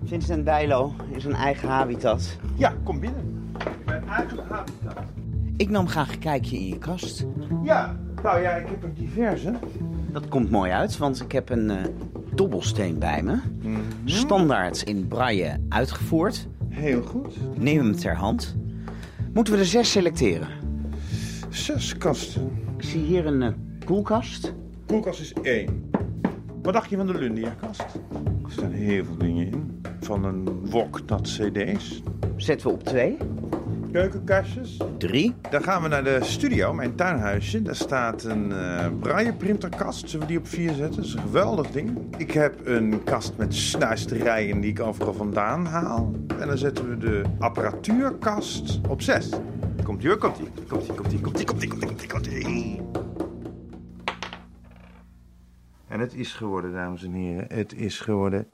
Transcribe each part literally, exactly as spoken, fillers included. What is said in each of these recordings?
Vincent Bijlo in zijn eigen habitat. Ja, kom binnen. In mijn eigen habitat. Ik nam graag een kijkje in je kast. Ja, nou ja, ik heb er diverse. Dat komt mooi uit, want ik heb een uh, dobbelsteen bij me. Mm-hmm. Standaard in braille uitgevoerd. Heel goed. Neem hem ter hand. Moeten we er zes selecteren? Zes kasten. Ik zie hier een uh, koelkast. Koelkast is één. Wat dacht je van de Lundia-kast? Er staan heel veel dingen in. Van een wok tot cd's. Zetten we op twee. Keukenkastjes. Drie. Dan gaan we naar de studio, mijn tuinhuisje. Daar staat een uh, braille-printerkast. Zullen we die op vier zetten? Dat is een geweldig ding. Ik heb een kast met snuisterijen die ik overal vandaan haal. En dan zetten we de apparatuurkast op zes. Komt ie hoor, komt ie. Komt ie, komt ie, komt ie, komt ie, komt ie, komt ie, komt ie. En het is geworden, dames en heren. Het is geworden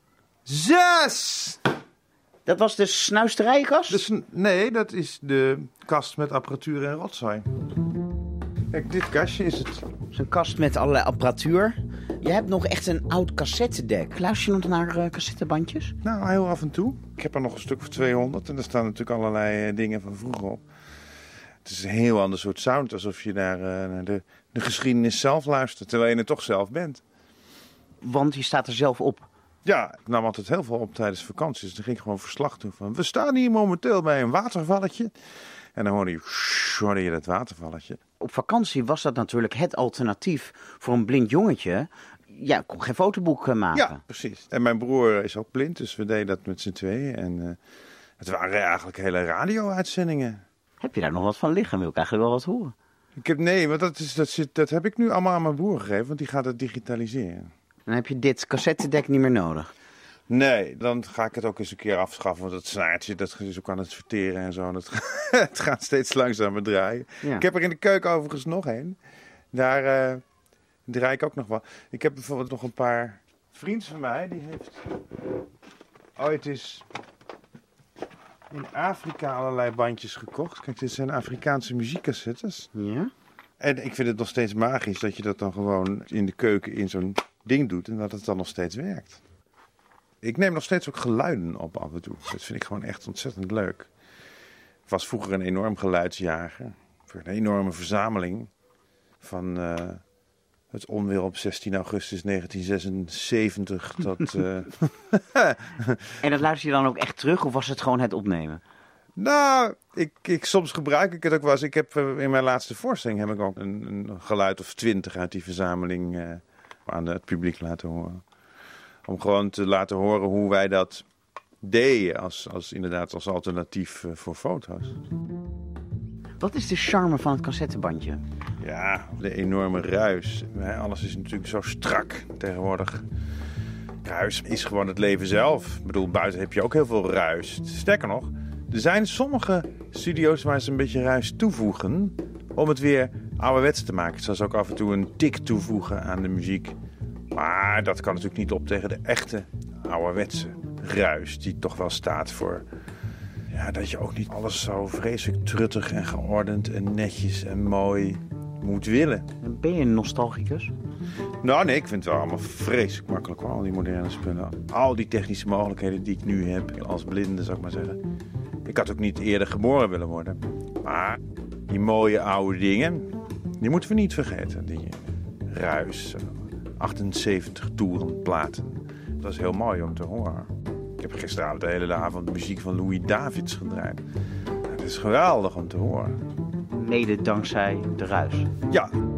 zes! Dat was de snuisterijenkast? Dus, nee, dat is de kast met apparatuur en rotzooi. Kijk, dit kastje is het. Zo'n kast met allerlei apparatuur. Je hebt nog echt een oud cassettedek. Luister je nog naar uh, cassettebandjes? Nou, heel af en toe. Ik heb er nog een stuk voor tweehonderd en daar staan natuurlijk allerlei uh, dingen van vroeger op. Het is een heel ander soort sound, alsof je naar, uh, naar de, de geschiedenis zelf luistert, terwijl je het toch zelf bent. Want je staat er zelf op. Ja, ik nam altijd heel veel op tijdens vakanties. Dan ging ik gewoon verslag doen van, we staan hier momenteel bij een watervalletje. En dan hoorde je, hoorde je dat watervalletje. Op vakantie was dat natuurlijk het alternatief voor een blind jongetje. Ja, ik kon geen fotoboek maken. Ja, precies. En mijn broer is ook blind, dus we deden dat met z'n tweeën. En uh, het waren eigenlijk hele radio-uitzendingen. Heb je daar nog wat van liggen? Wil ik eigenlijk wel wat horen? Ik heb, nee, want dat, is, dat, zit, dat heb ik nu allemaal aan mijn broer gegeven, want die gaat het digitaliseren. Dan heb je dit cassettedek niet meer nodig. Nee, dan ga ik het ook eens een keer afschaffen. Want dat snaartje, dat is ook aan het sorteren en zo. Dat, het gaat steeds langzamer draaien. Ja. Ik heb er in de keuken overigens nog één. Daar uh, draai ik ook nog wel. Ik heb bijvoorbeeld nog een paar vrienden van mij. Die heeft ooit eens in Afrika allerlei bandjes gekocht. Kijk, dit zijn Afrikaanse muziekcassettes. Ja. En ik vind het nog steeds magisch dat je dat dan gewoon in de keuken in zo'n ding doet. En dat het dan nog steeds werkt. Ik neem nog steeds ook geluiden op af en toe. Dat vind ik gewoon echt ontzettend leuk. Ik was vroeger een enorm geluidsjager. Voor een enorme verzameling van uh, het onweer op zestien augustus negentien zesenzeventig tot... Uh... En dat luister je dan ook echt terug of was het gewoon het opnemen? Nou, ik, ik, soms gebruik ik het ook wel eens. Ik heb uh, in mijn laatste voorstelling heb ik ook een, een geluid of twintig uit die verzameling uh, aan het publiek laten horen. Om gewoon te laten horen hoe wij dat deden als, als, inderdaad als alternatief uh, voor foto's. Wat is de charme van het cassettebandje? Ja, de enorme ruis. Alles is natuurlijk zo strak tegenwoordig. Ruis is gewoon het leven zelf. Ik bedoel, buiten heb je ook heel veel ruis. Sterker nog, er zijn sommige studio's waar ze een beetje ruis toevoegen om het weer ouderwets te maken. Zoals ook af en toe een tik toevoegen aan de muziek. Maar dat kan natuurlijk niet op tegen de echte ouderwetse ruis die toch wel staat voor... Ja, dat je ook niet alles zo vreselijk truttig en geordend en netjes en mooi moet willen. Ben je een nostalgicus? Nou nee, ik vind het wel allemaal vreselijk makkelijk hoor, al die moderne spullen. Al die technische mogelijkheden die ik nu heb als blinde, zou ik maar zeggen. Ik had ook niet eerder geboren willen worden. Maar die mooie oude dingen, die moeten we niet vergeten. Die ruis, achtenzeventig toeren platen. Dat is heel mooi om te horen. Ik heb gisteravond de hele avond de muziek van Louis Davids gedraaid. Het is geweldig om te horen. Mede dankzij de ruis. Ja.